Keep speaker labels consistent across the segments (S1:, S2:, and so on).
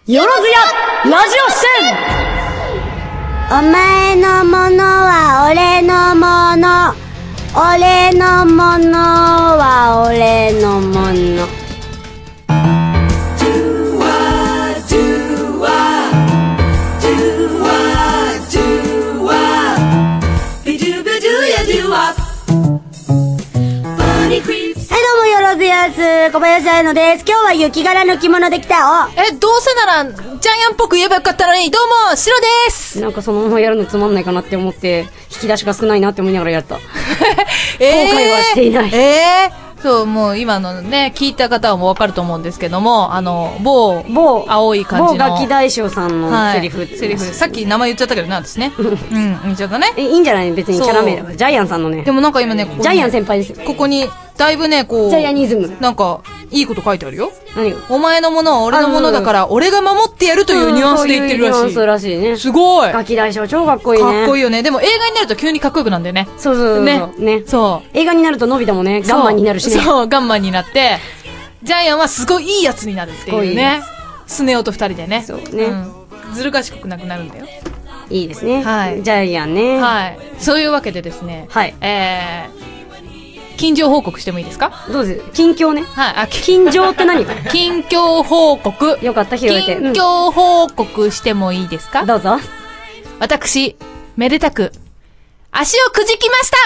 S1: よろずやラジオ出演。
S2: お前のものは俺のもの、俺のものは俺のもの。小林彩乃です。今日は雪柄の着物で来たよ。
S3: どうせならジャイアンっぽく言えばよかったのに。どうもシロです。
S1: なんかそのままやるのつまんないかなって思って引き出しが少ないなって思いながらやった後悔はしていない。
S3: そう、もう今のね聞いた方はもうわかると思うんですけども、某青い感じの
S1: 某ガキ大将さんのセリフ、
S3: セリフさっき名前言っちゃったけどなんですね言っちゃったね。
S1: いいんじゃない、別にキャラ名だからジャイアンさんのね。
S3: でもなんか今ね、
S1: ジャイアン先輩ですよ。
S3: ここにだいぶねこう
S1: ジャイアニズム
S3: なんかいいこと書いてあるよ。
S1: 何が？
S3: お前のものは俺のものだから俺が守ってやるというニュアンスで言ってるらしい。
S1: ニュアンスらしいね。
S3: すごい。
S1: ガキ大将超かっこいいね。
S3: かっこいいよね。でも映画になると急にかっこよくなるんだよね。
S1: そうね。そう映画になるとのび太もねガンマンになるしね。
S3: そうガンマンになってジャイアンはすごいいいやつになるっていうね。スネ夫と二人でね。
S1: そうね、
S3: ずる賢くなくなるんだよ。
S1: いいですね。
S3: はい。
S1: ジャイアンね。
S3: はい。そういうわけでですね。
S1: はい。
S3: 近況報告してもいいですか？
S1: どうぞ。近況ね。
S3: はい。
S1: 近況って何？
S3: 近況報告。
S1: よかった、拾えて。
S3: 近況報告してもいいですか？
S1: どうぞ。
S3: 私、めでたく、足をくじきました。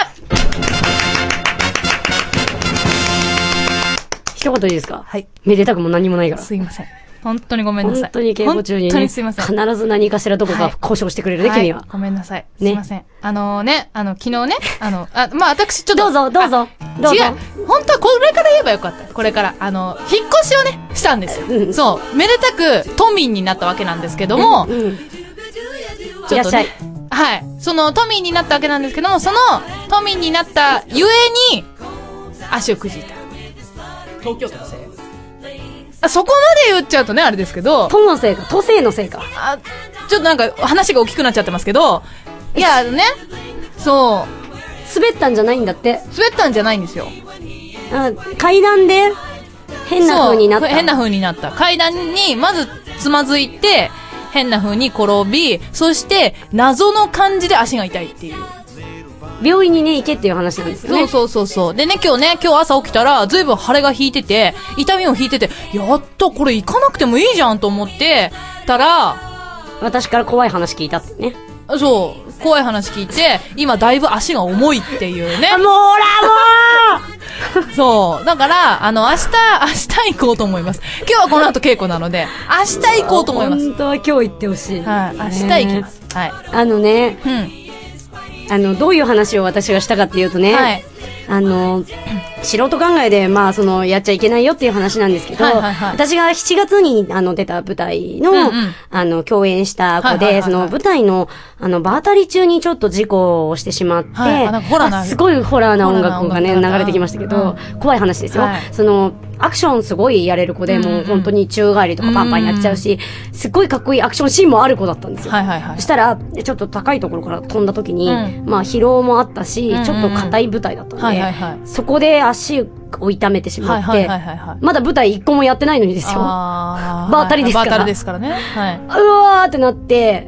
S1: 一言いいですか？
S3: はい。
S1: めでたくも何もないから。
S3: すいません。本当にごめんなさい。
S1: 本当に稽古中にね。
S3: 本当にすいません。
S1: 必ず何かしらどこか故障してくれるね、君は。
S3: ごめんなさい。すいません。昨日ね、私ちょっと。
S1: どうぞ。
S3: 違う。本当はこれから言えばよかった。これから。引っ越しをね、したんですよ。そう。めでたく都民になったわけなんですけども。
S1: いらっしゃい。
S3: はい。その都民になったわけなんですけども、その都民になったゆえに、足をくじいた。東京都のせい。そこまで言っちゃうとね、あれですけど。
S1: 都のせいか、都政のせいか。
S3: ちょっとなんか話が大きくなっちゃってますけど、いやね、そう。
S1: 滑ったんじゃないんだって。
S3: 滑ったんじゃないんですよ。
S1: 階段で変な風になった。
S3: 変な風になった。階段にまずつまずいて、変な風に転び、そして謎の感じで足が痛いっていう。
S1: 病院にね、行けっていう話なんですよね。
S3: そう。でね、今日朝起きたら、ずいぶん腫れが引いてて、痛みも引いてて、やっとこれ行かなくてもいいじゃんと思ってたら、
S1: 私から怖い話聞いたってね。
S3: そう、怖い話聞いて、今だいぶ足が重いっていうね。
S1: もう
S3: そう。だから、明日行こうと思います。今日はこの後稽古なので、明日行こうと思います。
S1: 本当は今日行ってほしい。
S3: はい。明日行きます。はい。
S1: どういう話を私がしたかっていうとね、はい、素人考えで、やっちゃいけないよっていう話なんですけど、私が7月に、出た舞台の、共演した子で、その舞台の、場当たり中にちょっと事故をしてしまって、すごいホラーな音楽がね、流れてきましたけど、怖い話ですよ。アクションすごいやれる子で、もう本当に宙返りとかパンパンやっちゃうし、すっごいかっこいいアクションシーンもある子だったんですよ。そしたら、ちょっと高いところから飛んだ時に、疲労もあったし、ちょっと硬い舞台だったので、そこで足を痛めてしまって、まだ舞台一個もやってないのにですよ。場当たりですから。
S3: 場当たりですからね。
S1: うわーってなって、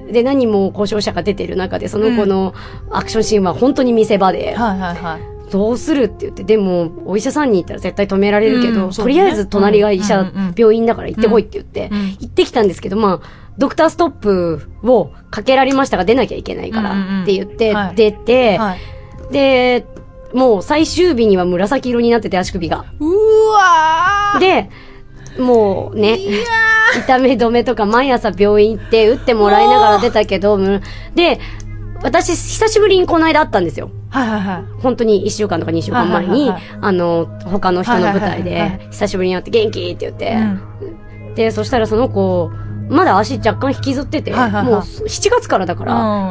S1: で、何も故障者が出てる中で、その子のアクションシーンは本当に見せ場で、どうするって言って、でも、お医者さんに行ったら絶対止められるけど、とりあえず隣が病院だから行ってこいって言って、行ってきたんですけど、ドクターストップをかけられましたが出なきゃいけないからって言って、出て、で、もう最終日には紫色になってて足首が。で、もうね、痛め止めとか毎朝病院行って打ってもらいながら出たけど、で、私久しぶりにこの間会ったんですよ。本当に1週間とか2週間前に、他の人の舞台で久しぶりに会って元気って言って、で、そしたらその子、まだ足若干引きずってて、もう7月からだから、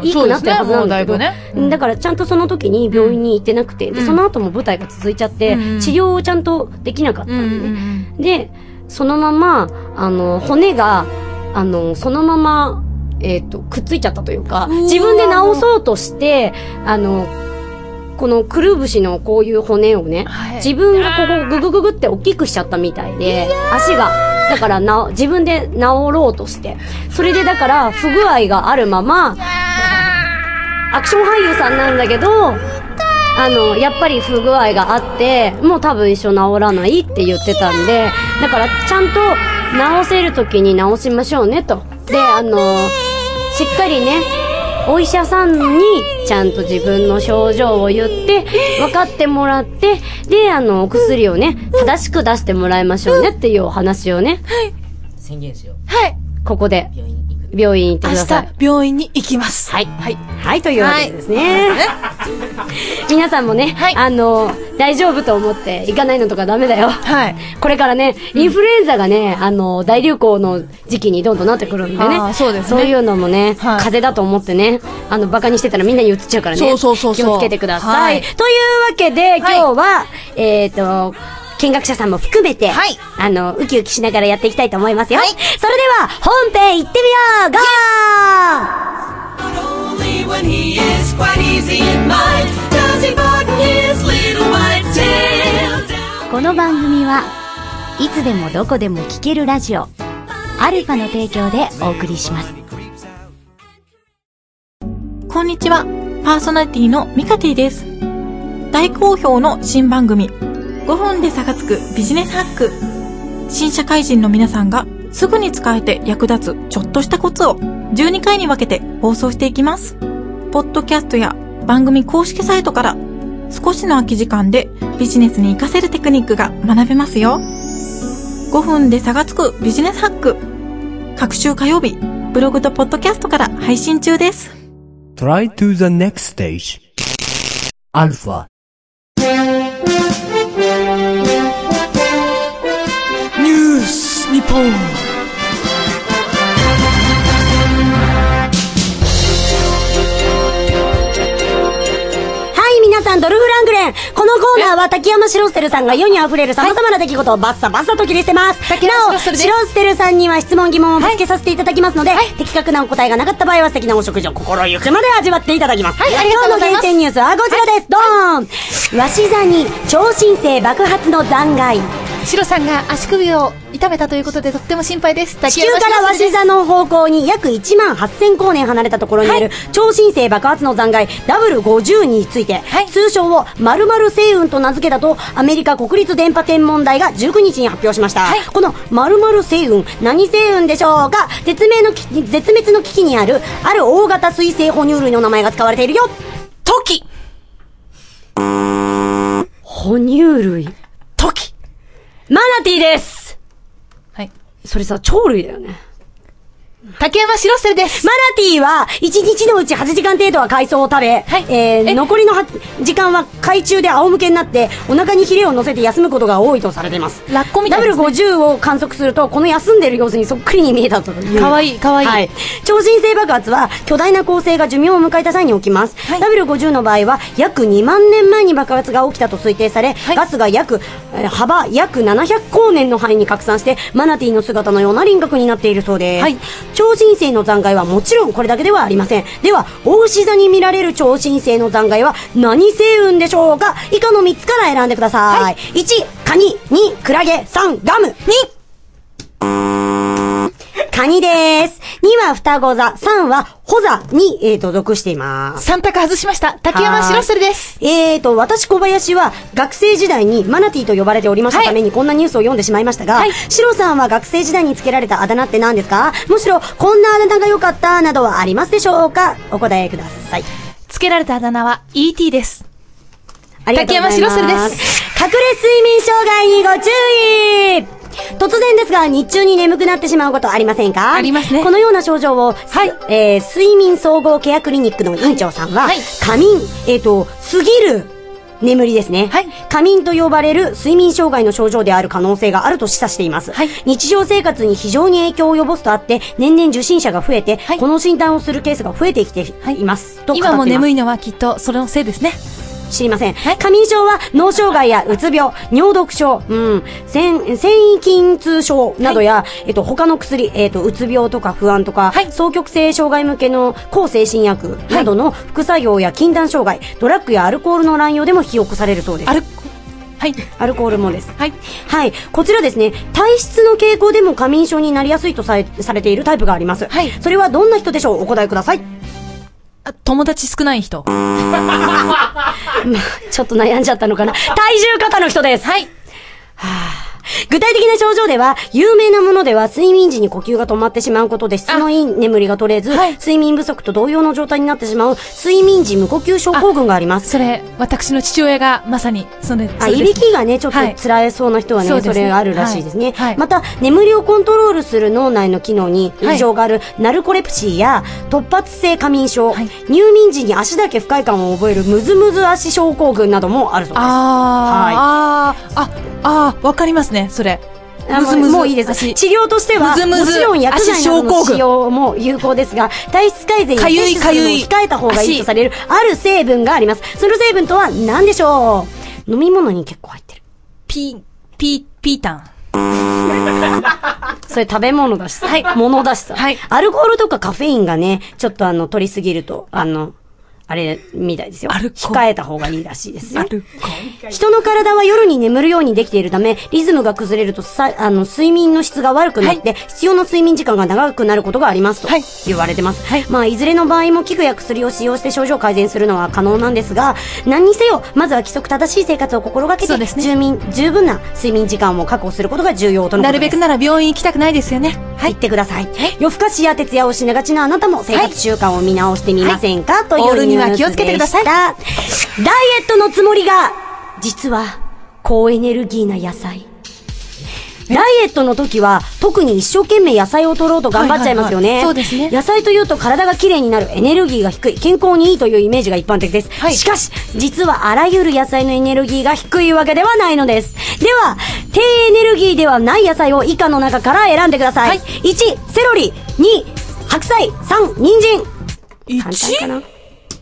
S1: いいくなってるはずなんだけど、だからちゃんとその時に病院に行ってなくて、で、その後も舞台が続いちゃって、治療をちゃんとできなかったんで、で、そのまま、骨が、そのまま、くっついちゃったというか、自分で治そうとして、このくるぶしのこういう骨をね、自分がここググググって大きくしちゃったみたいで、足が。 だから自分で治ろうとして。それでだから不具合があるまま、アクション俳優さんなんだけど、やっぱり不具合があって、もう多分一生治らないって言ってたんで、だからちゃんと治せる時に治しましょうねと。で、しっかりね、お医者さんにちゃんと自分の症状を言って分かってもらって、でお薬をね正しく出してもらいましょうねっていうお話をね、
S4: はい、宣言しよう。
S3: はい、
S1: ここで病院行ってください。
S3: 明日病院に行きます。
S1: はいはいはい、というわけですね、皆さんもね、はい、大丈夫と思って行かないのとかダメだよ。はい。これからね、インフルエンザがね、大流行の時期にどんどんなってくるんでね。そうですね。そういうのもね、風邪だと思ってね、バカにしてたらみんなに移っちゃうからね。そう。気をつけてください。というわけで、今日は、見学者さんも含めて、はい、ウキウキしながらやっていきたいと思いますよ。はい、それでは、本編行ってみよう。ゴー！この番組はいつでもどこでも聴けるラジオ、アルファの提供でお送りします。
S5: こんにちは、パーソナリティのミカティです。大好評の新番組、5分で差がつくビジネスハック。新社会人の皆さんがすぐに使えて役立つちょっとしたコツを12回に分けて放送していきます。ポッドキャストや番組公式サイトから少しの空き時間でビジネスに活かせるテクニックが学べますよ。5分で差がつくビジネスハック。各週火曜日、ブログとポッドキャストから配信中です。
S6: Try to the next stage. アルファ。
S7: ニュース日本。
S1: 皆さん、ドルフ・ラングレン。このコーナーは滝山シロステルさんが世に溢れる様々な出来事をバッサバッサと切り捨てます。なお、シロステルさんには質問疑問をぶつけさせていただきますので、的確なお答えがなかった場合は素敵なお食事を心ゆくまで味わっていただきます。今日の厳選ニュースはこちらです。ドーン！鷲座に超新星爆発の残骸。
S3: シロさんが足首を痛めたということでとっても心配です。
S1: 地球から鷲座の方向に約18000光年離れたところにある超新星爆発の残骸 W50 について、通称を〇〇星雲と名付けたとアメリカ国立電波天文台が19日に発表しました。この〇〇星雲、何星雲でしょうか？絶滅の危機にあるある大型水生哺乳類の名前が使われているよ。
S3: トキ。
S1: 哺乳類。
S3: トキ。
S1: マナティーです。
S3: はい。
S1: それさ、鳥類だよね。
S3: 竹山シロステルです。
S1: マナティーは1日のうち8時間程度は海藻を食べ、残りの時間は海中で仰向けになってお腹にヒレを乗せて休むことが多いとされています。
S3: ラッコみたいですね。
S1: W50 を観測するとこの休んでる様子にそっくりに見えたという。
S3: かわいいかわいい。はい。
S1: 超新星爆発は巨大な恒星が寿命を迎えた際に起きます。W50 の場合は約2万年前に爆発が起きたと推定され、ガスが幅約700光年の範囲に拡散してマナティーの姿のような輪郭になっているそうです。超新星の残骸はもちろんこれだけではありません。では、大牛座に見られる超新星の残骸は何星雲でしょうか？以下の3つから選んでください。1、カニ。2、クラゲ。3、ガム。2、カニです。2は双子座。3はホ座に、属しています。
S3: 3択外しました。竹山シロステルです。
S1: 私小林は学生時代にマナティーと呼ばれておりましたためにこんなニュースを読んでしまいましたが、シロさんは学生時代につけられたあだ名って何ですか？むしろこんなあだ名が良かったなどはありますでしょうか？お答えください。
S3: つけられたあだ名は ET です。
S1: ありがとうございます。
S3: 竹山シロステルです。
S1: 隠れ睡眠障害にご注意。突然ですが日中に眠くなってしまうことありませんか？
S3: ありますね。
S1: このような症状を、睡眠総合ケアクリニックの院長さんは、過眠、過ぎる眠りですね。過眠と呼ばれる睡眠障害の症状である可能性があると示唆しています。日常生活に非常に影響を及ぼすとあって年々受診者が増えて、この診断をするケースが増えてきています、と語っています。
S3: 今も眠いのはきっとそれのせいですね。
S1: 知りません。過眠症は脳障害やうつ病、尿毒症、繊維筋痛症などや、他の薬、うつ病とか不安とか、双極性障害向けの抗精神薬などの副作用や禁断障害、ドラッグやアルコールの乱用でも引き起こされるそうです。
S3: はい。
S1: アルコールもです。
S3: はい。
S1: はい。こちらですね、体質の傾向でも過眠症になりやすいとされているタイプがあります。
S3: はい。
S1: それはどんな人でしょう？お答えください。
S3: 友達少ない人。
S1: ちょっと悩んじゃったのかな。体重型の人です。
S3: はい。
S1: 具体的な症状では、有名なものでは睡眠時に呼吸が止まってしまうことで質のいい眠りが取れず、睡眠不足と同様の状態になってしまう睡眠時無呼吸症候群があります。
S3: それ、私の父親がまさに、
S1: いびきがね、ちょっと辛いそうな人はね、それあるらしいですね。また、眠りをコントロールする脳内の機能に異常があるナルコレプシーや突発性過眠症、入眠時に足だけ不快感を覚えるムズムズ足症候群などもあるそうです。
S3: わかりますね、それ。
S1: もういいです。治療としては、もちろん薬剤などの使用も有効ですが、体質改善や摂取するのを控えた方がいいとされる、ある成分があります。その成分とは何でしょう？飲み物に結構入ってる。
S3: ピータン。
S1: それ食べ物だしさ。はい。物だしさ。はい。アルコールとかカフェインがね、ちょっと取りすぎると、あれみたいですよ。控えた方がいいらしいですよ。人の体は夜に眠るようにできているため、リズムが崩れると睡眠の質が悪くなって、必要な睡眠時間が長くなることがありますと言われてます。まあ、いずれの場合も器具や薬を使用して症状を改善するのは可能なんですが、何にせよ、まずは規則正しい生活を心がけて、十分な睡眠時間を確保することが重要とのことです。
S3: なるべくなら病院行きたくないですよね。
S1: 行ってください。夜更かしや徹夜をしながちなあなたも生活習慣を見直してみませんか、というニュースでした。気をつけてください。ダイエットのつもりが、実は、高エネルギーな野菜。ダイエットの時は、特に一生懸命野菜を取ろうと頑張っちゃいますよね。
S3: そうですね。
S1: 野菜というと体がきれいになる、エネルギーが低い、健康にいいというイメージが一般的です。しかし、実はあらゆる野菜のエネルギーが低いわけではないのです。では、低エネルギーではない野菜を以下の中から選んでください。1、セロリ。2、白菜。3、人参。簡単かな？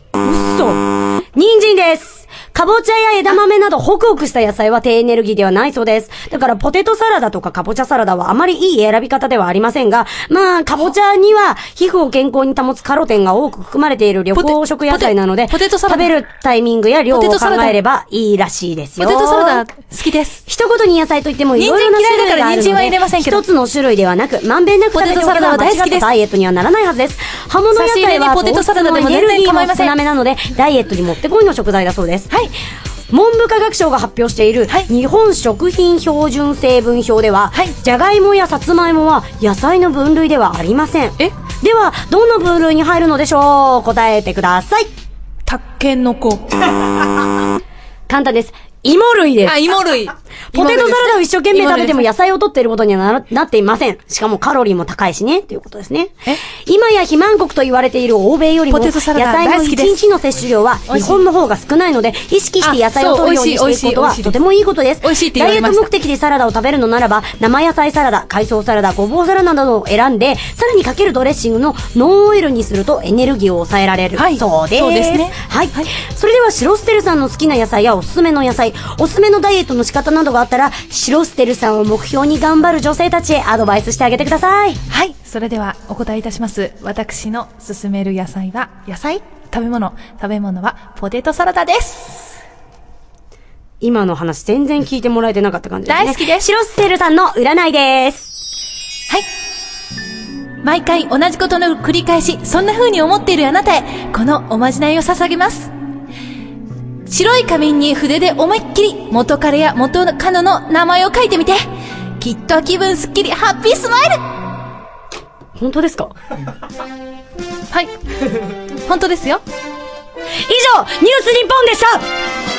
S1: 人参です。かぼちゃや枝豆などホクホクした野菜は低エネルギーではないそうです。だからポテトサラダとかかぼちゃサラダはあまりいい選び方ではありませんが、まあ、かぼちゃには皮膚を健康に保つカロテンが多く含まれている緑黄色野菜なので、食べるタイミングや量を考えればいいらしいですよ。
S3: ポテトサラダ好きです。
S1: 一言に野菜といってもいろいろな種類があるので、一つの種類ではなく、まんべんなく食べておけば間違ったダイエットにはならないはずです。葉物野菜は糖質のエネルギーも少なめなので、ダイエットにもってこいの食材だそうです。はい。文部科学省が発表している日本食品標準成分表では、じゃがいもやさつまいもは野菜の分類ではありません。では、どの分類に入るのでしょう？答えてください。
S3: たけのこ。
S1: 簡単です。芋類です。
S3: 芋類。
S1: ポテトサラダを一生懸命食べても野菜を取っていることにはなっていません。しかもカロリーも高いしね、ということですね。今や肥満国と言われている欧米よりも、野菜の1日の摂取量は日本の方が少ないので、意識して野菜を取るようにしていくことはとてもいいことです。ダイエット目的でサラダを食べるのならば、生野菜サラダ、海藻サラダ、ごぼうサラダなどを選んで、さらにかけるドレッシングのノンオイルにするとエネルギーを抑えられる。そうです。そうですね。はい。それでは、シロステルさんの好きな野菜やおすすめの野菜、おすすめのダイエットの仕方などがあったら、シロステルさんを目標に頑張る女性たちへアドバイスしてあげてください。
S3: はい。それではお答えいたします。私の勧める野菜は、食べ物はポテトサラダです。
S1: 今の話全然聞いてもらえてなかった感じですね。
S3: 大好きです。
S1: シロステルさんの占いです。
S3: はい。毎回同じことの繰り返し、そんな風に思っているあなたへ、このおまじないを捧げます。白い紙に筆で思いっきり元彼や元カノの名前を書いてみて。きっと気分すっきりハッピースマイル。
S1: 本当ですか？
S3: はい。本当ですよ。
S1: 以上、ニュース日本でした。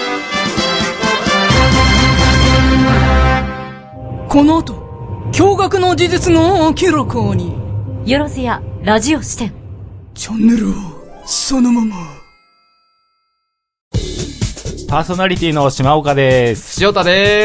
S7: この後、驚愕の事実が明らかに。
S1: よろずやラジオ視点。
S7: チャンネルをそのまま。
S4: パーソナリティの島岡です。
S8: 塩田です。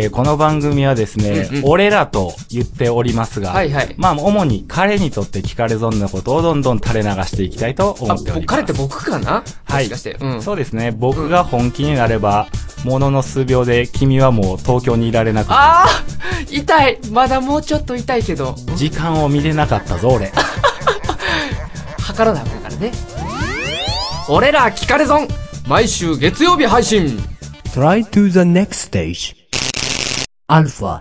S4: この番組はですね、俺らと言っておりますが、まあ主に彼にとって聞かれ損なことをどんどん垂れ流していきたいと思っております。
S8: 彼って僕かな？
S4: はい。そうですね。僕が本気になれば、ものの数秒で君はもう東京にいられなくなる。
S8: 痛い。まだもうちょっと痛いけど。
S4: 時間を見れなかったぞ、俺。
S8: 測らなあかんからね。俺ら聞かれ損。毎週月曜日配信。
S6: Try to the next stage. Alpha.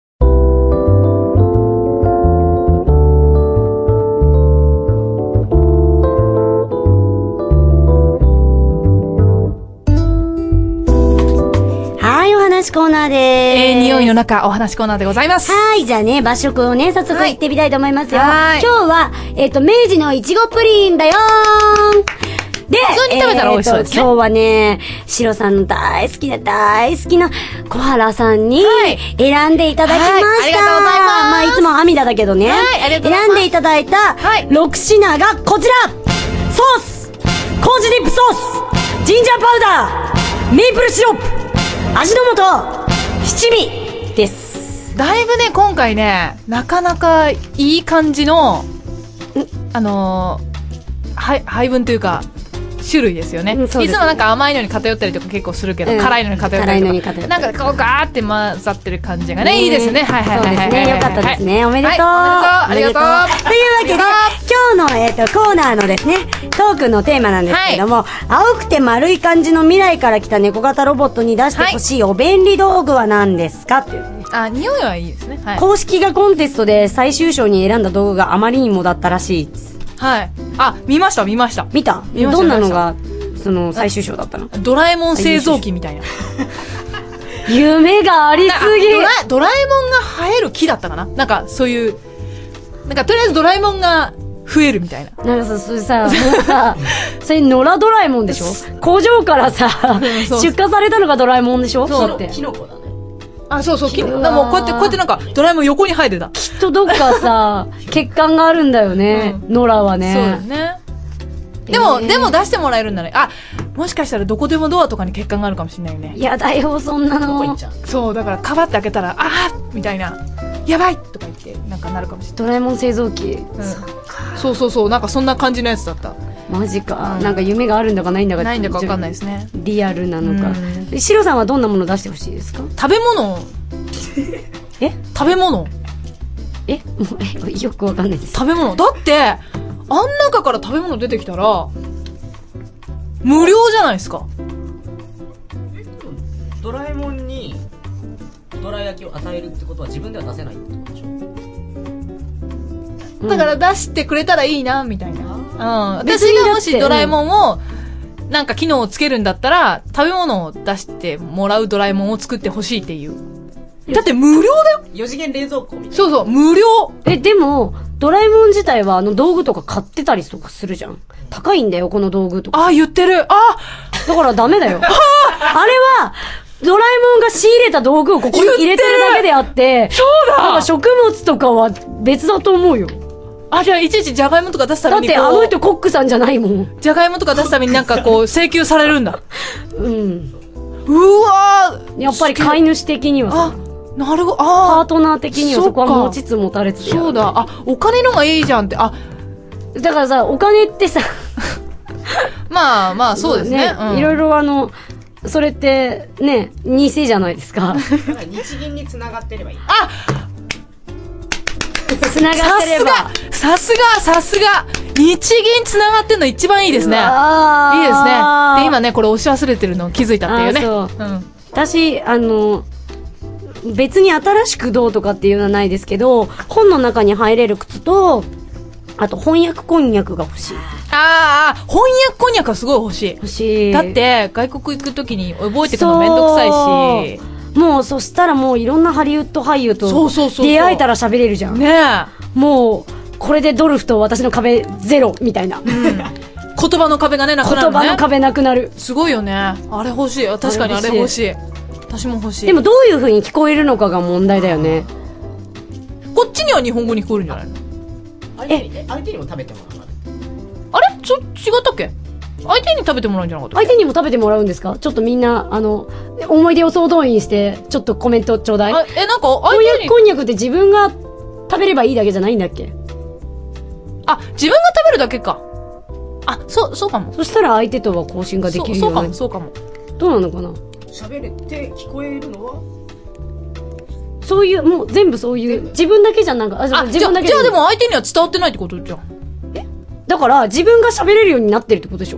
S2: コーナーでーす。
S3: 匂いの中お話コーナーでございます。
S2: はい、じゃあね、場所をね、早速行ってみたいと思いますよ。今日は、明治のいちごプリンだよーん。で、
S3: 普通に食べたら美味しそうですね。
S2: 今日はね、シロさんの大好きな小原さんに選んでいただきました。
S3: はい、ありがとうございます。
S2: まあ、いつもアミダだけどね。
S3: はい、ありがとうございます。
S2: 選んでいただいた6品がこちら、ソース、麹ディップソース、ジンジャーパウダー、メープルシロップ、味の素、七味です。
S3: だいぶね、今回ね、なかなかいい感じの、配分というか、種類ですよね。いつもなんか甘いのに偏ったりとか結構するけど、辛いのに偏ったりとか。なんかこうガーって混ざってる感じがね、いいですね。はいはいはい。
S2: そうですね。よかったですね。おめでとう。
S3: ありがとう。
S2: というわけで、今日のコーナーのですね、トークのテーマなんですけれども、青くて丸い感じの未来から来た猫型ロボットに出してほしいお便利道具は何ですかっていうね。
S3: 匂いはいいですね。
S2: 公式がコンテストで最終章に選んだ道具があまりにもだったらしいです。
S3: はい。見ました。
S2: 見た？どんなのが、最終章だったの？
S3: ドラえもん製造機みたいな。
S2: 夢がありすぎ。
S3: ドラえもんが生える木だったかな？なんか、そういう、なんか、とりあえずドラえもんが増えるみたいな。
S2: なんかさ、それさ、それ野良ドラえもんでしょ？工場からさ、出荷されたのがドラえもんでしょ？
S3: そう。
S2: だって。
S8: キノコだね。
S3: そう。もうこうやってなんか、ドラえもん横に生えてた。
S2: きっとどっかさ、血管があるんだよね。野良はね。
S3: そうだね。でも出してもらえるんだね。もしかしたらどこでもドアとかに血管があるかもしれないよね。
S2: いやだよ、そんなの。
S3: そう、だからカバって開けたら、みたいな。やばいとか言って、なんかなるかもしれない。
S2: ドラえもん製造機。
S3: そう、なんかそんな感じのやつだった。
S2: マジか。なんか夢があるんだかないんだか。
S3: ないんだかわかんないですね。
S2: リアルなのか。シロさんはどんなもの出してほしいですか？
S3: 食べ物。食べ物。
S2: よくわかんないです。
S3: 食べ物。だって、あん中から食べ物出てきたら、無料じゃないですか。
S8: ドラえもんに、どら焼きを与えるってことは自分では出せないってことでしょ？
S3: だから出してくれたらいいな、みたいな。私がもしドラえもんを、なんか機能をつけるんだったら、食べ物を出してもらうドラえもんを作ってほしいっていう。だって無料だよ。
S8: 4次元冷蔵庫みたいな。
S3: そう、無料。
S2: でも、ドラえもん自体は道具とか買ってたりとかするじゃん。高いんだよ、この道具とか。
S3: 言ってる。だ
S2: からダメだよ。あれは、ドラえもんが仕入れた道具をここに入れてるだけであって、
S3: そうだ。
S2: なんか食物とかは別だと思うよ。
S3: じゃあいちいちジャガイモとか出すために
S2: だってあの人コックさんじゃないもん。
S3: ジャガイモとか出すためになんかこう請求されるんだ。
S2: うん。
S3: うわ
S2: ー。やっぱり飼い主的にはさ。
S3: なるほど。
S2: パートナー的にはそこは持ちつ持たれつで。
S3: そうだ。お金のがいいじゃんって。だ
S2: からさ、お金ってさ。
S3: まあ、そうですね。
S2: いろいろそれって、ね、偽じゃないですか。
S8: 日銀に繋がってればいい。
S2: 繋がってれば。
S3: さすが日銀繋がってんの一番いいですね。いいですね。で、今ね、これ押し忘れてるの気づいたっていうね。
S2: そう。私、別に新しくどうとかっていうのはないですけど、本の中に入れる靴と、あと翻訳こんにゃくが欲しい。
S3: 翻訳こんにゃくはすごい欲しい。
S2: 欲しい。
S3: だって、外国行くときに覚えてくのめんどくさいし。
S2: もう、そしたらもういろんなハリウッド俳優と出会えたら喋れるじゃん。
S3: ねえ。
S2: もう、これでドルフと私の壁ゼロみたいな。
S3: 言葉の壁がね、なくなるね。
S2: 言葉の壁なくなる。
S3: すごいよね。あれ欲しい。確かにあれ欲しい。私も欲しい。
S2: でもどういう風に聞こえるのかが問題だよね。
S3: こっちには日本語に聞こえるんじゃないの？
S8: 相手にも食べてもらう。
S3: あれ？違ったっけ？相手に食べてもらうんじゃなかったっけ？
S2: 相手にも食べてもらうんですか？ちょっとみんな、思い出を総動員して、ちょっとコメントちょうだい。
S3: なんか相
S2: 手に。こんにゃくって自分が食べればいいだけじゃないんだっけ？
S3: 自分が食べるだけか。そうかも。
S2: そしたら相手とは交信ができるよね。
S3: そうかも。
S2: どうなのかな？
S8: 喋れて聞こえるのは
S2: そういう、もう全部そういう、自分だけじゃなんか、自分だけ
S3: じゃあでも相手には伝わってないってことじゃん。
S2: だから、自分が喋れるようになってるってことでしょ？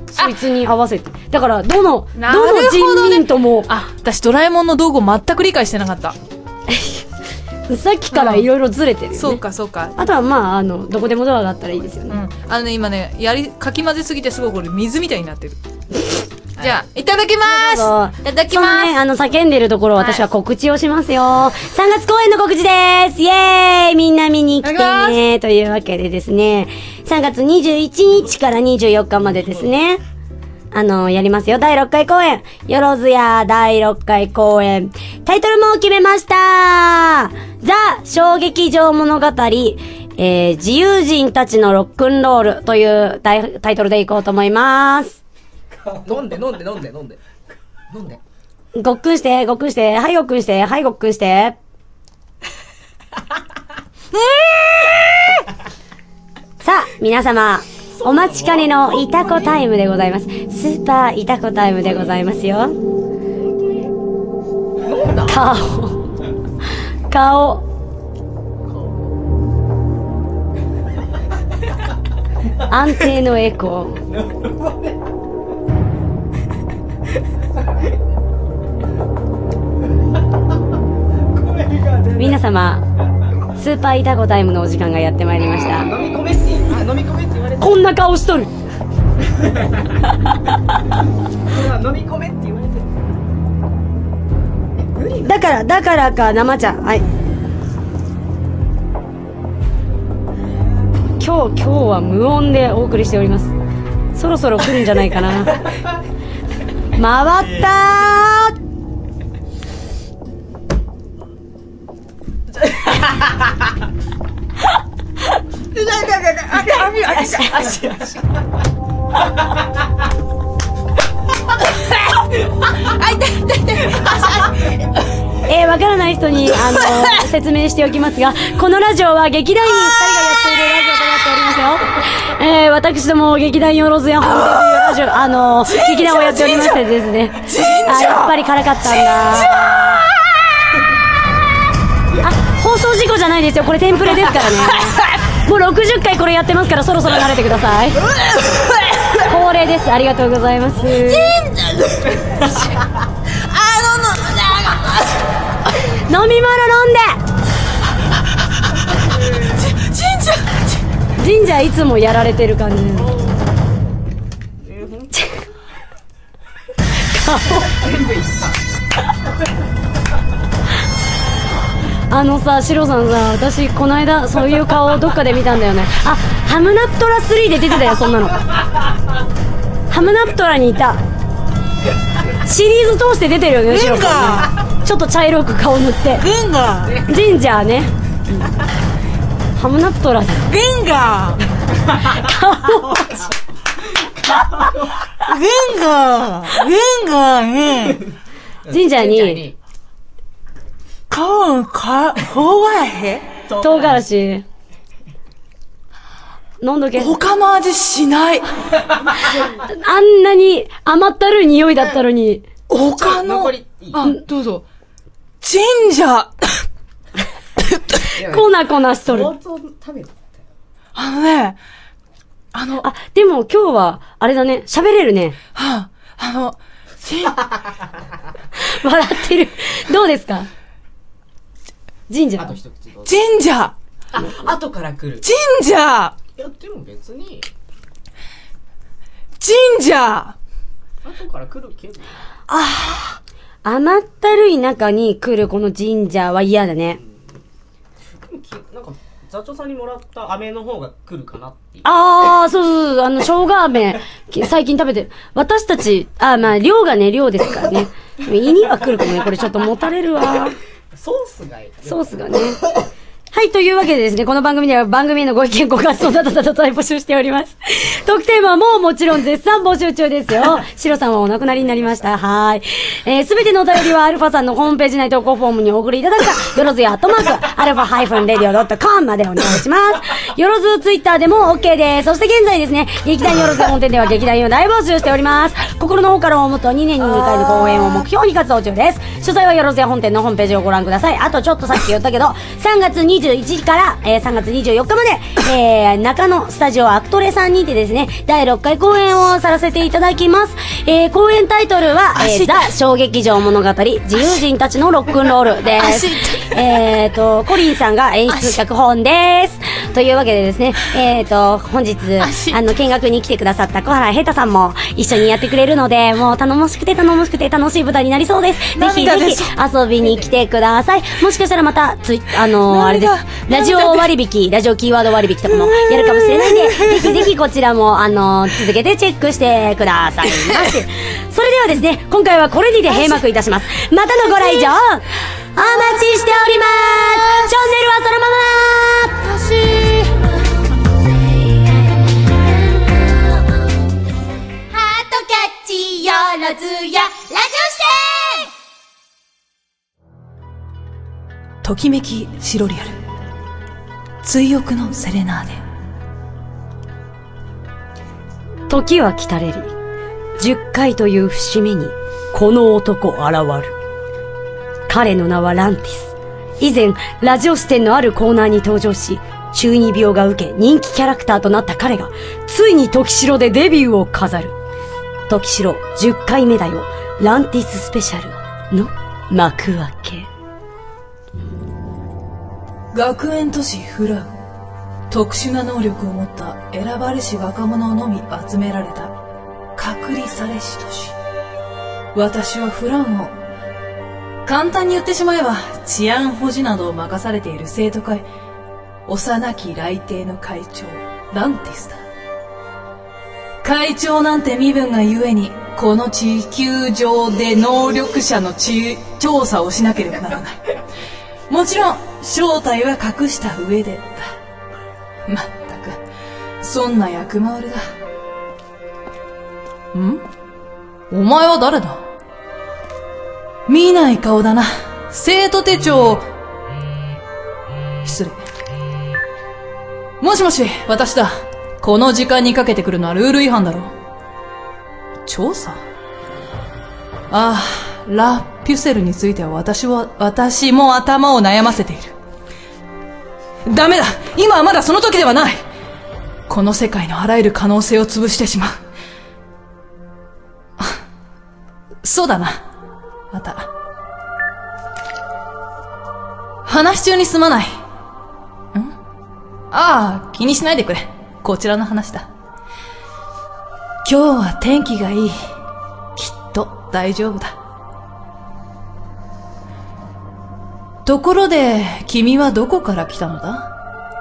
S1: そいつに合わせて。だから、どの人民とも。
S3: 私ドラえもんの道具を全く理解してなかった。
S1: さっきからいろいろずれてるよね。
S3: そうか、そうか。
S1: あとはまあ、どこでもドアがあったらいいですよね。
S3: 今ね、かき混ぜすぎてすごいこれ水みたいになってる。じゃあ、いただきまーす。いただきまーす。
S1: そのね、叫んでるところ私は告知をしますよ。3月公演の告知です。イェーイ、みんな見に来てね。というわけでですね、3月21日から24日までですね、やりますよ。第6回公演。よろずや第6回公演。タイトルも決めました。ザ・小劇場物語、自由人たちのロックンロールというタイトルでいこうと思います。
S8: 飲んで。ご
S1: っくんして。はい、ごっくんして。はい、ごっくんして。さあ、皆様、お待ちかねのイタコタイムでございます。スーパーイタコタイムでございますよ。顔。安定のエコー。皆様、スーパーイタコタイムのお時間がやってまいりました。
S8: 飲み込めって言われて。
S1: こんな顔しとる。
S8: 飲み込めって言われて。
S1: だからか、生茶。はい。今日は無音でお送りしております。そろそろ来るんじゃないかな。回ったー。わからない人に説明しておきますが、このラジオは劇団員2人がやっているラジオとなっておりますよ。私ども劇団よろずや本店というラジオ劇団をやっておりましてですね。やっぱり辛かったんだ。放送事故じゃないですよ、これテンプレですからね。もう60回これやってますから、そろそろ慣れてください。恒例です。ありがとうございます。飲み物飲んで。神社いつもやられてる感じ。さ、シロさんさ、私この間そういう顔どっかで見たんだよね。ハムナプトラ3で出てたよ、そんなの。ハムナプトラにいた。シリーズ通して出てるよね、シロさんね。ちょっと茶色く顔塗って。ジンジャーね。ハムナプトラです。ジンジャーに唐辛子飲んどけ。
S3: 他の味しない。
S1: あんなに甘ったるい匂いだったのに。
S3: 他の、どうぞ。ジンジャー。
S1: コナコナしとる。でも今日は、あれだね、喋れるね。笑ってる。どうですか？ジンジャー。
S3: ジンジャー。
S8: 後から来る。
S3: ジンジャー。
S8: いや、でも別に。
S3: ジンジャー。
S8: 後から来るけど。
S1: 甘ったるい中に来るこのジンジャーは嫌だね。
S8: なんか、座長さんにもらった飴の方が来るかなっていう。
S1: そう、生姜飴、最近食べてる。私たち、量がね、量ですからね。胃には来るかもね。これちょっともたれるわ。
S8: ソースが
S1: ね。はい、というわけでですね、この番組では番組へのご意見ご感想など募集しております。特典はもうもちろん絶賛募集中ですよ。シロさんはお亡くなりになりました。はい。すべてのお便りはアルファさんのホームページ内投稿フォームにお送りいただくか、よろずや@alpha-radio.com までお願いします。よろずツイッターでも OK です。そして現在ですね、劇団よろずや本店では劇団を大募集しております。心の方から思うと2年に2回の公演を目標に活動中です。詳細はよろずや本店のホームページをご覧ください。あとちょっとさっき言ったけど、3月21 21時から、3月24日まで、中野スタジオアクトレさんにてですね、第6回公演をさせていただきます。公演タイトルは、ザ小劇場物語自由人たちのロックンロールです。コリンさんが演出脚本です。というわけでですね、本日見学に来てくださった小原ヘタさんも一緒にやってくれるので、もう頼もしくて楽しい舞台になりそうです。ぜひぜひ遊びに来てください。もしかしたらまたあれです、ラジオ割引、ラジオキーワード割引とかもやるかもしれないんで、ぜひぜひこちらも続けてチェックしてくださいませ。それではですね、今回はこれにて閉幕いたします。またのご来場お待ちしております。チャンネルはそのまま。
S9: ハートキャッチよろずやラジオして
S7: ときめきシロリアル追憶のセレナーデ。
S1: 時は来たれり、10回という節目にこの男現る。彼の名はランティス。以前ラジオ視点のあるコーナーに登場し、中二病が受け人気キャラクターとなった彼がついに時城でデビューを飾る。時城10回目だよ、ランティススペシャルの幕開け。
S7: 学園都市フラウ、特殊な能力を持った選ばれし若者のみ集められた隔離されし都市。私はフラウの簡単に言ってしまえば治安保持などを任されている生徒会幼き雷帝の会長ランティスだ。会長なんて身分がゆえにこの地球上で能力者の調査をしなければならない。もちろん正体は隠した上でだ。まったくそんな役回りだ。お前は誰だ？見ない顔だな。生徒手帳。失礼。もしもし、私だ。この時間にかけてくるのはルール違反だろ。調査？ああ、ラ・ピュセルについては私も頭を悩ませている。ダメだ！今はまだその時ではない！この世界のあらゆる可能性を潰してしまう。そうだな。また。話中にすまない。ああ、気にしないでくれ。こちらの話だ。今日は天気がいい。きっと大丈夫だ。ところで、君はどこから来たのだ？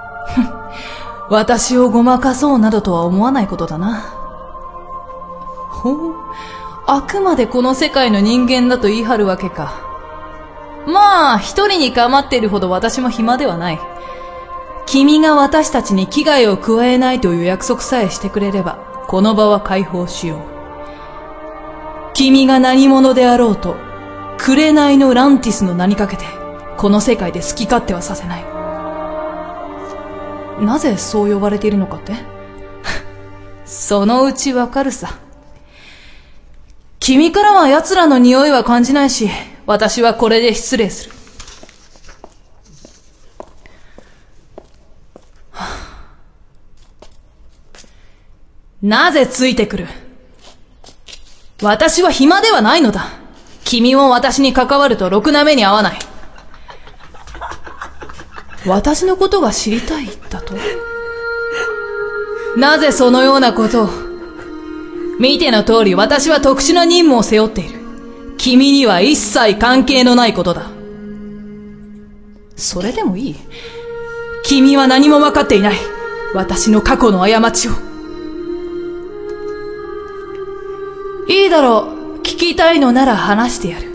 S7: 私をごまかそうなどとは思わないことだな。ほう。あくまでこの世界の人間だと言い張るわけか。まあ、一人に構っているほど私も暇ではない。君が私たちに危害を加えないという約束さえしてくれれば、この場は解放しよう。君が何者であろうと、紅のランティスの名にかけて、この世界で好き勝手はさせない。なぜそう呼ばれているのかって？そのうちわかるさ。君からは奴らの匂いは感じないし、私はこれで失礼する。なぜついてくる？私は暇ではないのだ。君も私に関わるとろくな目に遭わない。私のことが知りたいだと？なぜそのようなことを？見ての通り私は特殊な任務を背負っている。君には一切関係のないことだ。それでもいい。君は何も分かっていない。私の過去の過ちを。いいだろう。聞きたいのなら話してやる。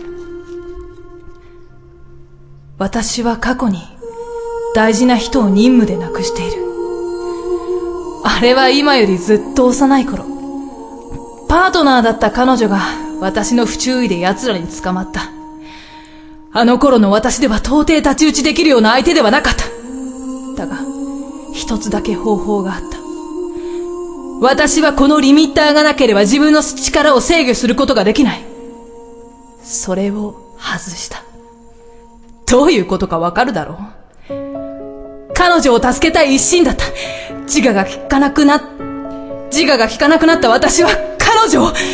S7: 私は過去に大事な人を任務で亡くしている。あれは今よりずっと幼い頃、パートナーだった彼女が私の不注意で奴らに捕まった。あの頃の私では到底太刀打ちできるような相手ではなかった。だが、一つだけ方法があった。私はこのリミッターがなければ自分の力を制御することができない。それを外した。どういうことかわかるだろう？ 彼女を助けたい一心だった。自我が効かなくなった私は彼女を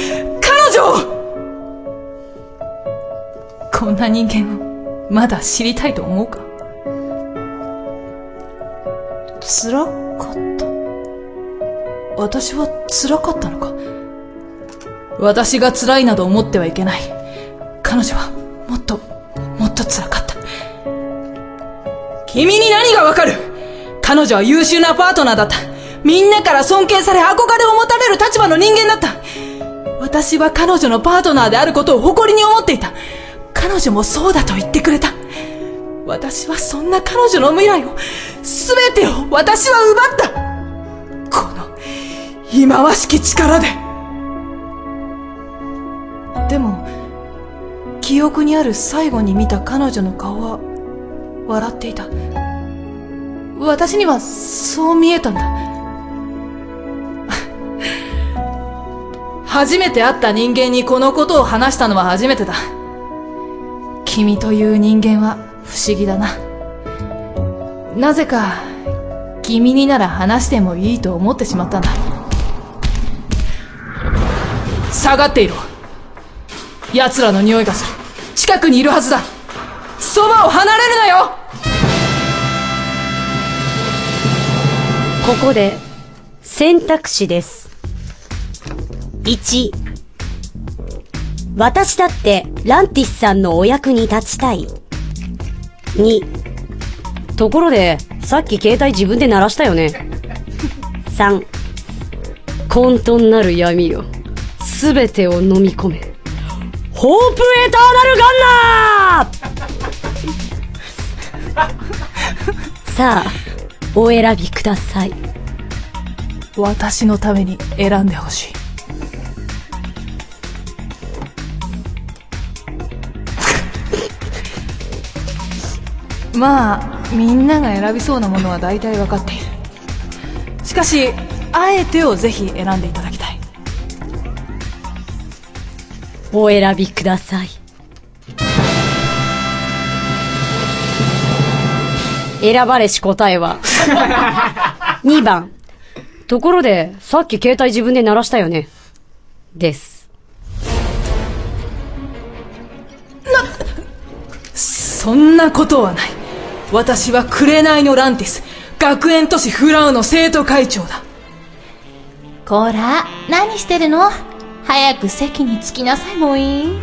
S7: こんな人間をまだ知りたいと思うか。辛かった。私は辛かったのか。私が辛いなど思ってはいけない。彼女はもっと辛かった。君に何がわかる。彼女は優秀なパートナーだった。みんなから尊敬され憧れを持たれる立場の人間だった。私は彼女のパートナーであることを誇りに思っていた。彼女もそうだと言ってくれた。私はそんな彼女の未来を、全てを私は奪った。この忌まわしき力で。でも記憶にある最後に見た彼女の顔は笑っていた。私にはそう見えたんだ。初めて会った人間にこのことを話したのは初めてだ。君という人間は不思議だな。なぜか君になら話してもいいと思ってしまったんだ。下がっていろ。奴らの匂いがする。近くにいるはずだ。そばを離れるなよ。
S2: ここで選択肢です。1、私だってランティスさんのお役に立ちたい。2、
S1: ところでさっき携帯自分で鳴らしたよね。
S2: 3、
S1: 混沌なる闇よ、すべてを飲み込め、ホープエターナルガンナーさあお選びください。
S7: 私のために選んでほしい。まあみんなが選びそうなものは大体分かっている。しかしあえてをぜひ選んでいただきたい。
S2: お選びください。
S1: 選ばれし答えは2番。ところでさっき携帯自分で鳴らしたよねです。
S7: そんなことはない。私は紅のランティス、学園都市フラウの生徒会長だ。
S9: こら、何してるの？早く席に着きなさい、もういい？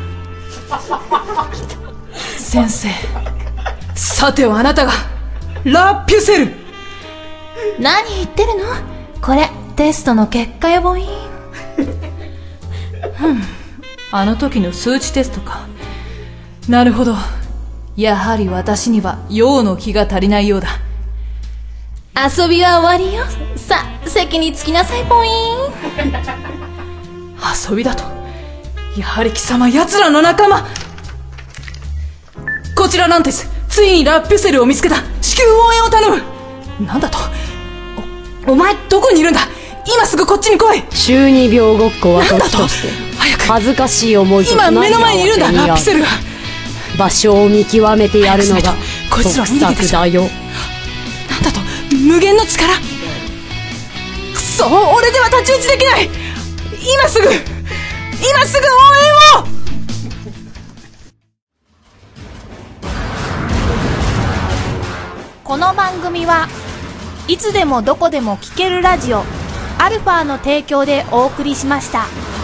S7: 先生、さてはあなたがラピュセル。
S9: 何言ってるの？これテストの結果よ、ボイン。
S7: あの時の数値テストか。なるほど。やはり私には陽の気が足りないようだ。
S9: 遊びは終わりよ。さ、席に着きなさい、ボイン。
S7: 遊びだと。やはり貴様奴らの仲間。こちらランティス、ついにラピュセルを見つけた。至急応援を頼む。なんだと。お前どこにいるんだ。今すぐこっちに来い。
S1: 中二病ごっこは時として
S7: 早く。
S1: 恥ずかしい思いと
S7: 今目の前にいるんだ、ラピュセルが。
S1: 場所を見極めてやるのが
S7: こいつら
S1: 特策だよ。
S7: なんだと、無限の力。くそ、俺では太刀打ちできない。今すぐ応援を。
S5: この番組はいつでもどこでも聴けるラジオアルファの提供でお送りしました。